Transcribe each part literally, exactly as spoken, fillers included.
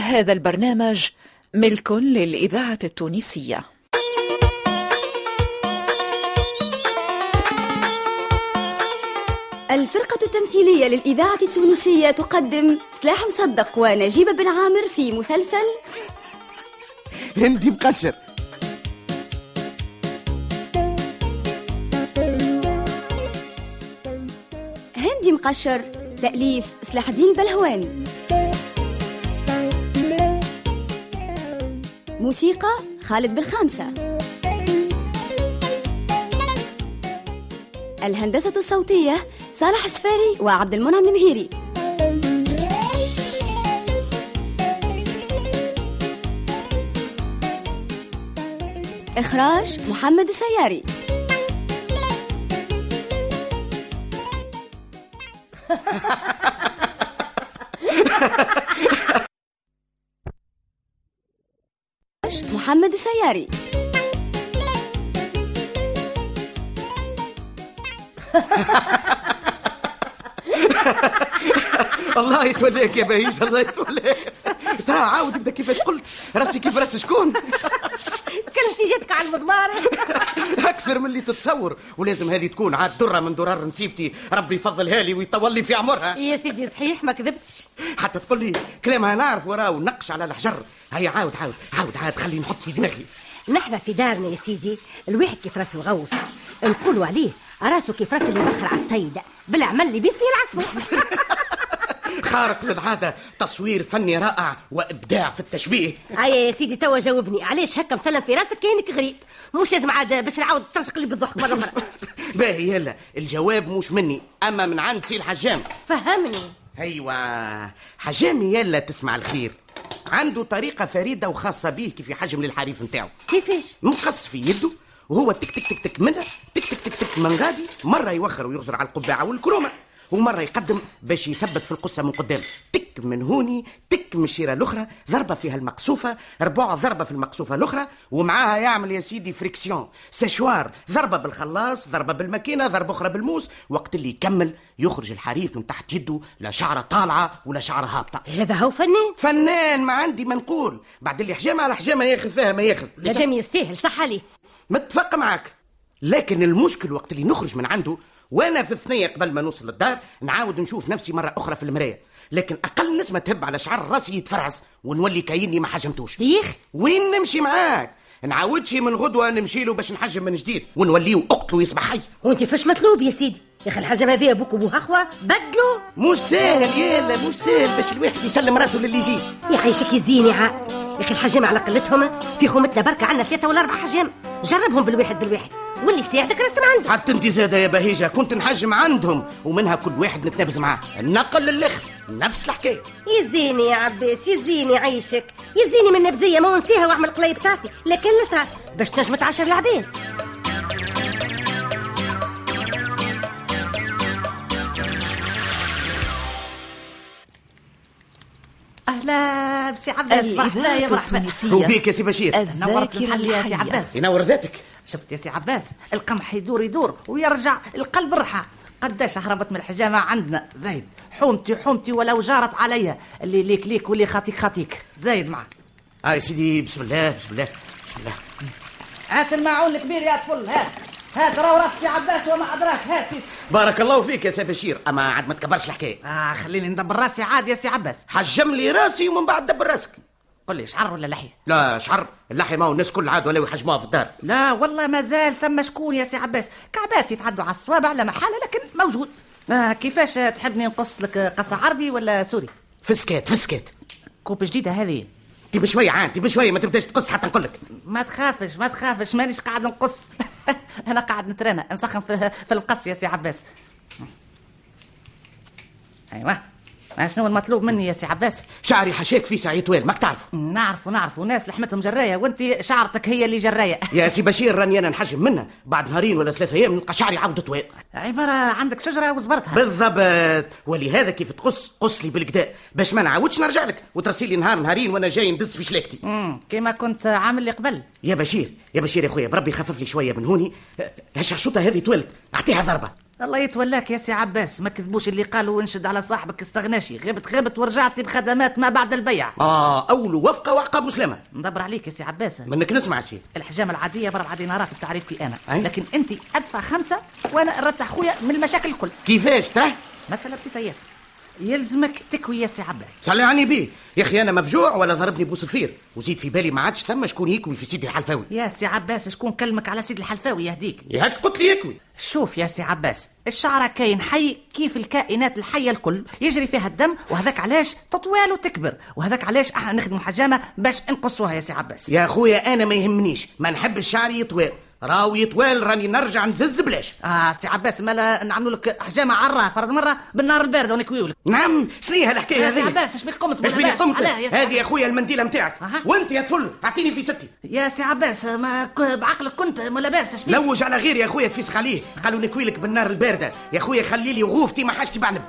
هذا البرنامج ملك للإذاعة التونسية. الفرقة التمثيلية للإذاعة التونسية تقدم سلاح مصدق ونجيب بن عامر في مسلسل هندي مقشر. هندي مقشر، تأليف سلاح الدين بلهوان، موسيقى خالد بالخامسة، الهندسة الصوتية صالح السفاري وعبد المنعم المهيري، إخراج محمد السياري. محمد السياري. الله يتولاك يا بهيج، الله يتولاك. ترى عاود ابدا كيفاش قلت، راسي كيف راس شكون؟ كلمتي جاتك على المضمار اكثر من اللي تتصور، ولازم هذه تكون عاد دره من درر نسيبتي، ربي يفضلها لي ويطول لي في عمرها. يا سيدي صحيح ما كذبتش، حتى تقول لي كلامها نعرف وراه ونقش على الحجر. هيا عاود عاود عاود عاد خليني نحط في دماغي. نحن في دارنا يا سيدي الواحد كيف راسه غوث، نقولوا عليه راسه كيف راس اللي بخر على السيدة بالعمل اللي بيه فيه العصفور. خارق للعادة، تصوير فني رائع وإبداع في التشبيه. هيا يا سيدي توا جاوبني، علاش هكا مسلم في راسك كأنك غريب؟ مش لازم عاد باش نعاود ترشق لي بالضحك مرة مرة. باهي يلا، الجواب مش مني أما من عند سي الحجام. فهمني. أيوة حجامي يلا تسمع الخير، عنده طريقة فريدة وخاصة به كيف يحجم للحريف نتاعو. كيفاش؟ مقص في يده وهو تك تك تك تك منها تك تك تك تك من غادي، مرة يوخر ويغزر على القبعة والكرومة، ومرة يقدم باش يثبت في القصة من قدام، تك من هوني تك من الشيرة الأخرى، ضربة فيها المقصوفة، ربع ضربة في المقصوفة الأخرى، ومعاها يعمل يا سيدي فريكسيون سشوار، ضربة بالخلاص، ضربة بالماكينة، ضربة أخرى بالموس، وقت اللي يكمل يخرج الحريف من تحت يده لا شعرة طالعة ولا شعرة هابطة. هذا هو فنان فنان ما عندي ما نقول، بعد اللي حجامة على حجامة ياخذ فيها ما ياخذ، مادام يستاهل صح عليه. متفق معك، لكن المشكل وقت اللي نخرج من عنده وانا في الثنية قبل ما نوصل للدار نعاود نشوف نفسي مرة أخرى في المراية، لكن أقل نسمة تهب على شعر راسي يتفرعس ونولي كايني ما حجمتوش. يخ وين نمشي معاك؟ نعاودش من غدوة نمشي له باش نحجم من جديد ونوليه أقتله يصبح حي. وانت فاش مطلوب يا سيدي؟ يا اخي الحجم هذه ابوك وابوه اخوه بدلوا. مش ساهل يالا مش ساهل باش الواحد يسلم راسه للي يجي. يعيشك يزيني عاد يا اخي الحجام على قلتهم في خومتنا بركة عندنا ثلاثة ولا أربع حجام، جربهم بالواحد بالواحد واللي يساعدك رسم عنده. حتى انت زاده يا بهيجه كنت نحجم عندهم ومنها كل واحد نتنابز معاه، النقل للاخر نفس الحكايه. يزيني يا عباس يزيني عيشك، يزيني من نبزيه ما نسيها واعمل قلايب صافي، لكن لسه باش تنجم تعاشر العباد. اهلا سي عباس، مرحبا يا مرحبا. وبيك يا سي بشير، نورت المحل يا سي عباس. ينور ذاتك. شفت يا سي عباس القمح يدور يدور ويرجع القلب الرحى. قداش هربت من الحجامة عندنا زايد، حومتي حومتي ولو جارت عليا، اللي ليك ليك واللي خاطيك خاطيك زايد معك. اه يا سيدي بسم الله بسم الله بسم الله. هات الماعون الكبير يا طفل، هات هات راو راس سي عباس وما ادراك، هات فيس. بارك الله فيك يا سي بشير، اما عاد ما تكبرش الحكايه. اه خليني ندبر راسي عاد يا سي عباس. حجم لي راسي ومن بعد دبر راسك. قل لي شعر ولا لحيه؟ لا شعر، اللحيه ما هو الناس كل عاد ولا يحجموها في الدار. لا والله ما زال ثم شكون يا سي عباس، كعبات يتعدوا على الصوابع لا محاله لكن موجود. آه كيفاش تحبني نقص لك قصه عربي ولا سوري؟ فسكات فسكات. كوب جديده هذه. تي بشويه عاد تي بشويه ما تبداش تقص حتى نقول لك. ما تخافش ما تخافش مانيش قاعد نقص. انا قاعد نترنى نسخن في, في القص يا سي عباس. ايوه شنو المطلوب مني يا سي عباس؟ شعري حشاك في ساعي طويل ماك تعرف. نعرف نعرف ناس لحمتهم جرايه وانت شعرتك هي اللي جرايه. يا سي بشير راني انا نحجم منها بعد نهارين ولا ثلاثة ايام نلقى شعري عاود طويل. عباره عندك شجره وزبرتها. بالضبط، ولهذا كيف تقص قص لي بالكدا باش ما نعاودش نرجع لك وترسل لي نهار نهارين وانا جاي ندز في شلاكتي. امم كيما كنت عامل لي قبل. يا بشير يا بشير يا خويا بربي خفف لي شويه من هوني، الشعشوطه هذه تولت اعطيها ضربه. الله يتولاك يا سي عباس، ما كذبوش اللي قالوا انشد على صاحبك استغناشي، غبت غبت ورجعت بخدمات ما بعد البيع. اه اول وفقه وعقاب مسلمه. ندبر عليك يا سي عباس. منك نسمع سي. الحجامه العاديه بربع دينارات بتعريفتي انا، أي؟ لكن انت ادفع خمسه وانا نرتح خويا من المشاكل الكل. كيفاش ترى؟ مساله بسيطه ياسر، يلزمك تكوي يا سي عباس. صلي عني بيه يا اخي، انا مفجوع ولا ضربني بوصفير، وزيد في بالي ما عادش ثم شكون يكوي في سيدي الحلفاوي. يا سي عباس شكون كلمك على سيدي الحلفاوي يهديك؟ ياك قلت لي يكوي. شوف يا سي عباس، الشعرة كاين حي كيف الكائنات الحية الكل، يجري فيها الدم، وهذاك علاش تطوال وتكبر، وهذاك علاش احنا نخدموا حجامة باش نقصوها يا سي عباس. يا خويا انا ما يهمنيش، ما نحب الشعر يطوال، راو يطوال راني نرجع نزز بلاش. اه سي عباس مالا نعملوا لك حجامة عراه فرد مرة بالنار الباردة ونكويو لك. نعم شنو هي الحكايه هذه؟ يا سي عباس اش بيك قمت اش بيك قمت؟ هذه يا خويا المنديله نتاعك. أه. وانت يا طفل اعطيني في ستي. يا سي عباس ما ك... بعقلك كنت ما لاباس اش بيك؟ لوج على غيري يا خويا تفسخ عليه، قالوا نكوي لك بالنار البارده يا خويا، خلي لي غوفتي ما حاجتي بعنب.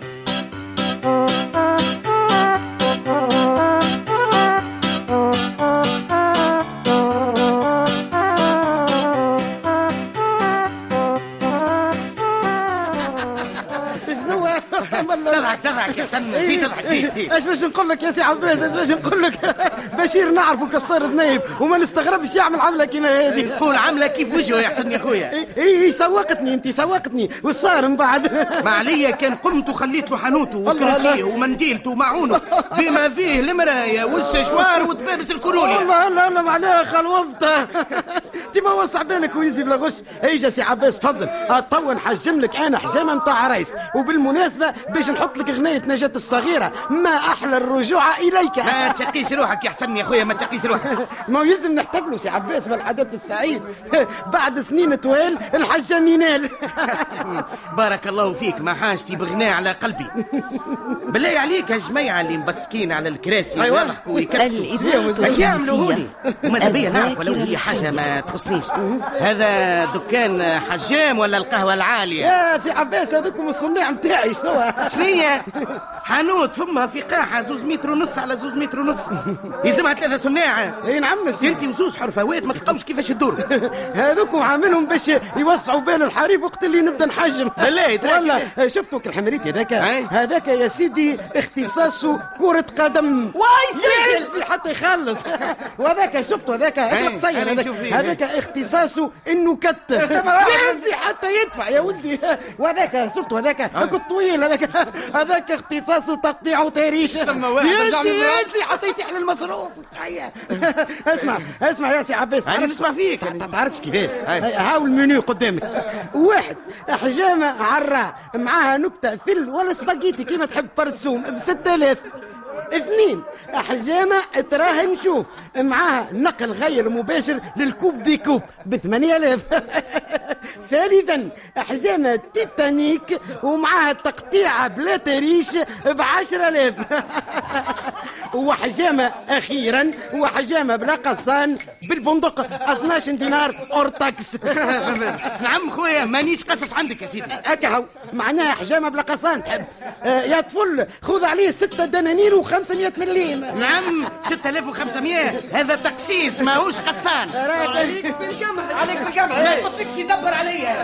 تضحك تضحك يا سن، زيد تضحك زيد زيد. اش باش نقول لك يا سي عباس، اش باش نقول لك؟ بشير نعرفه كسر ذنيب وما نستغربش يعمل عمله كيما هذه. نقول عمله كيف وجهه يا حسن يا خويا. اي اي سوقتني انت سوقتني، وش صار من بعد؟ ما عليا كان قمت وخليت له حانوته وكرسيه ومنديلته ومعونه بما فيه المرايه والسشوار وتبابس الكولونيا. الله الله الله معناها خلوضته. انت ما وسع بالك ويزي بلا غش. ايجا سي عباس تفضل، تو نحجم لك انا حجامه نتاع عرايس، وبالمناسبه باش نحط لك غنية نجاة الصغيرة، ما أحلى الرجوع إليك. ما تشقيش روحك يا حسن يا خويا، ما تشقيش روحك. ما يلزم نحتفلوا سي عباس بالحدث السعيد بعد سنين طوال الحجام ينال. بارك الله فيك، ما حاجتي بغناء على قلبي. بالله عليك يا جماعة اللي مبسكين على الكراسي ويضحكوا ويكتبوا اش يعملوا هوني، وماذا بيا نعرف ولو هي حاجة ما تخصنيش. هذا دكان حجام ولا القهوة العالية؟ يا سي عباس هذوكم الصناع متاعي. شنو شنية؟ حانوت فمها في قاحة زوز متر ونص على زوز متر ونص، يلزمها ثلاثة صناعة. اي نعم انت وزوز حرفوات ما تلقاوش كيفاش تدوروا. هذوكم عاملهم باش يوسعوا بال الحريف وقت اللي نبدا نحجم. بالله والله شفتوا الحمريت هذاك؟ هذاك يا سيدي اختصاصه كرة قدم. واي سلسل حتى يخلص. وهذاك شفتوا هذاك قصير، هذاك هذاك اختصاصه انه كت ينزي حتى يدفع يا ودي. وهذاك شفتوا هذاك الطويل هذاك هذاك اختصاصه تقطيع وتريش. ياسي ياسي حتى يتيح للمصروف. اسمع اسمع يا سي عباس، انا نسمع فيك. ما تعرفش كيفاش؟ هاو المنيو قدامك. واحد حجامه عراء معاها نكته فل ولا سباجيتي كيما تحب برتسوم ب ستة آلاف. اثنين حجامة تراها نشوف معاها نقل غير مباشر للكوب دي كوب بثمانية آلاف. ثالثا حجامة تيتانيك ومعاها تقطيعة بلا تريش بعشرة آلاف. وحجامة أخيرا وحجامة بلا قصان بالفندق اثناش دينار اور تاكس. نعم خويا مانيش قصص عندك يا سيدي. هكا هو معناها حجامة بلا قصان تحب. آه يا طفل خذ عليه ستة دنانير وخمسمائة مليم. نعم ستة آلاف وخمسمائة، هذا تقسيس ماهوش قصان. عليك بالقمع عليك بالقمع. ما قلتلكش يدبر عليا.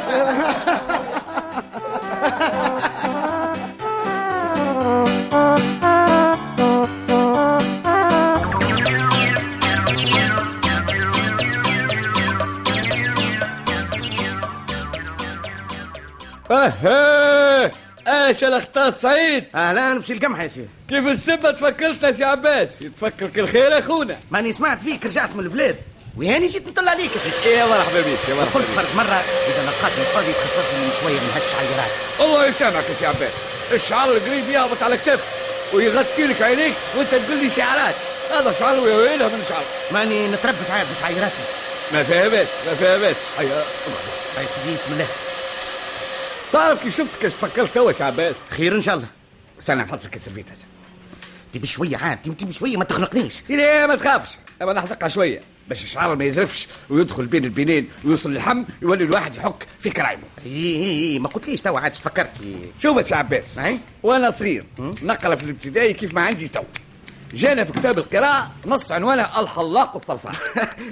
اهي ايش الاختار سعيد؟ اهلا بشي القمح يا سيدي. كيف السبة تفكرت يا سي عباس؟ يتفكرك الخير اخونا. ماني سمعت بيك رجعت من البلاد وهاني جيت نطلع عليك يا سيدي. يا مرحبا بيك يا مرحبا. قلت فرد مرة إذا لقاتني فاضي تخفف لي شوية من هالشعيرات. الله يسامحك يا سي عباس، الشعر القريب يهبط على كتفك ويغطي لك عينيك وانت تقول لي شعارات. هذا شعر وينها من شعر. ماني نتربص عاد بشعيراتي. ما فيها باس ما فيها باس. هيا يا سيدي بسم الله. تعرف كي شفتك ايش تفكرت توا يا عباس؟ خير ان شاء الله. استنى نحط لك السرفيت هسه. تبي شويه عاد تبي شويه ما تخنقنيش. لا ما تخافش، اما نحزقها شويه باش الشعر ما يزرفش ويدخل بين البنين ويوصل للحم يولي الواحد يحك في كرايمه. اي اي ما قلتليش توا عاد تفكرت. شوف يا سي عباس، أي؟ وانا صغير نقرا في الابتدائي كيف ما عندي تو، جانا في كتاب القراءة نص عنوانه الحلاق الصرصار.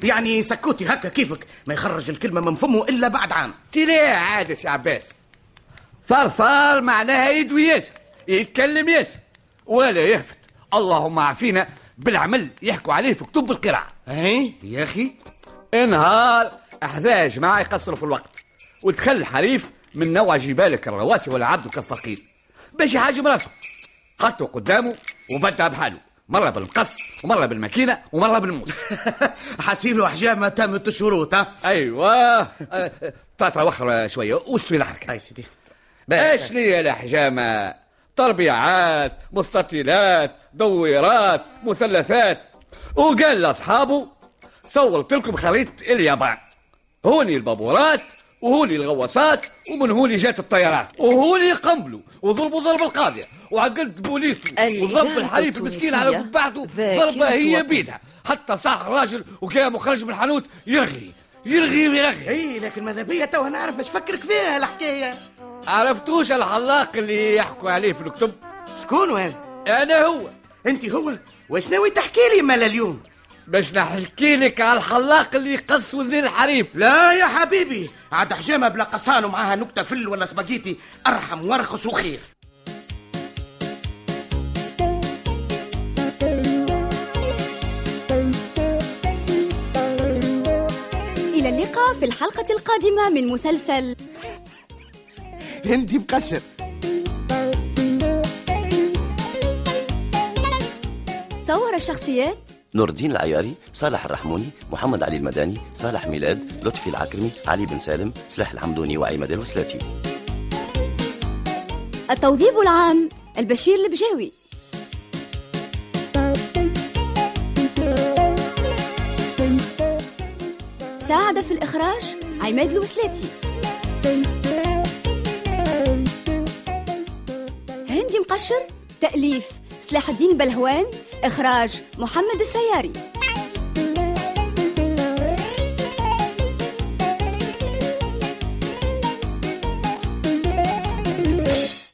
يعني سكوتي هكا كيفك ما يخرج الكلمة من فمه إلا بعد عام. تي ليه عاد يا سي عباس؟ صرصار معناها يدوي ياسر، يتكلم ياسر ولا يهفت. اللهم عافينا بالعمل يحكوا عليه في كتب القراءة. اي يا اخي نهار احذاه جماعة يقصروا في الوقت، ودخل الحريف من نوع جبالك الرواسي ولا عبدك الثقيل باش يحاجم راسه، حطه قدامه وبدأ بحاله، مرة بالمقص ومرة بالماكينة ومرة بالموس. حسيلو حجامة تمت الشروط. ها ايوه طاطا وخر شوية واستوي ظهرك. اي سيدي ايش لي الحجامة؟ تربيعات، مستطيلات، دويرات، مثلثات. وقال لاصحابه صورت لكم خريطة اليابان، هوني البابورات وهوني الغواصات ومن هوني جات الطيارات وهوني قنبلوا وضربوا ضرب القاضية وعقلت بوليسي وضرب الحريف المسكين على قبعته ضربة هي بيدها حتى صاح الراجل وقام وخرج من الحانوت يرغي يرغي ويرغي. اي لكن ماذا بيا تو نعرف ايش فكرك فيها الحكاية. عرفتوش الحلاق اللي يحكوا عليه في الكتب؟ شكون وين؟ انا هو. انت هو؟ واش ناوي تحكي لي مالا اليوم؟ باش نحكي لك على الحلاق اللي قص وذين الحريف. لا يا حبيبي، عاد حجامه بلا قصان ومعاها نكته فل ولا سباجيتي ارحم وارخص وخير. إلى اللقاء في الحلقة القادمة من مسلسل هندي مقشر. صور الشخصيات نور الدين العياري، صالح الرحموني، محمد علي المداني، صالح ميلاد، لطفي العكرمي، علي بن سالم، سلاح الحمدوني وعماد الوسلاتي. التوظيف العام البشير البجاوي. ساعد في الإخراج عماد الوسلاتي. هندي مقشر تأليف سلاح الدين بلهوان، إخراج محمد السياري.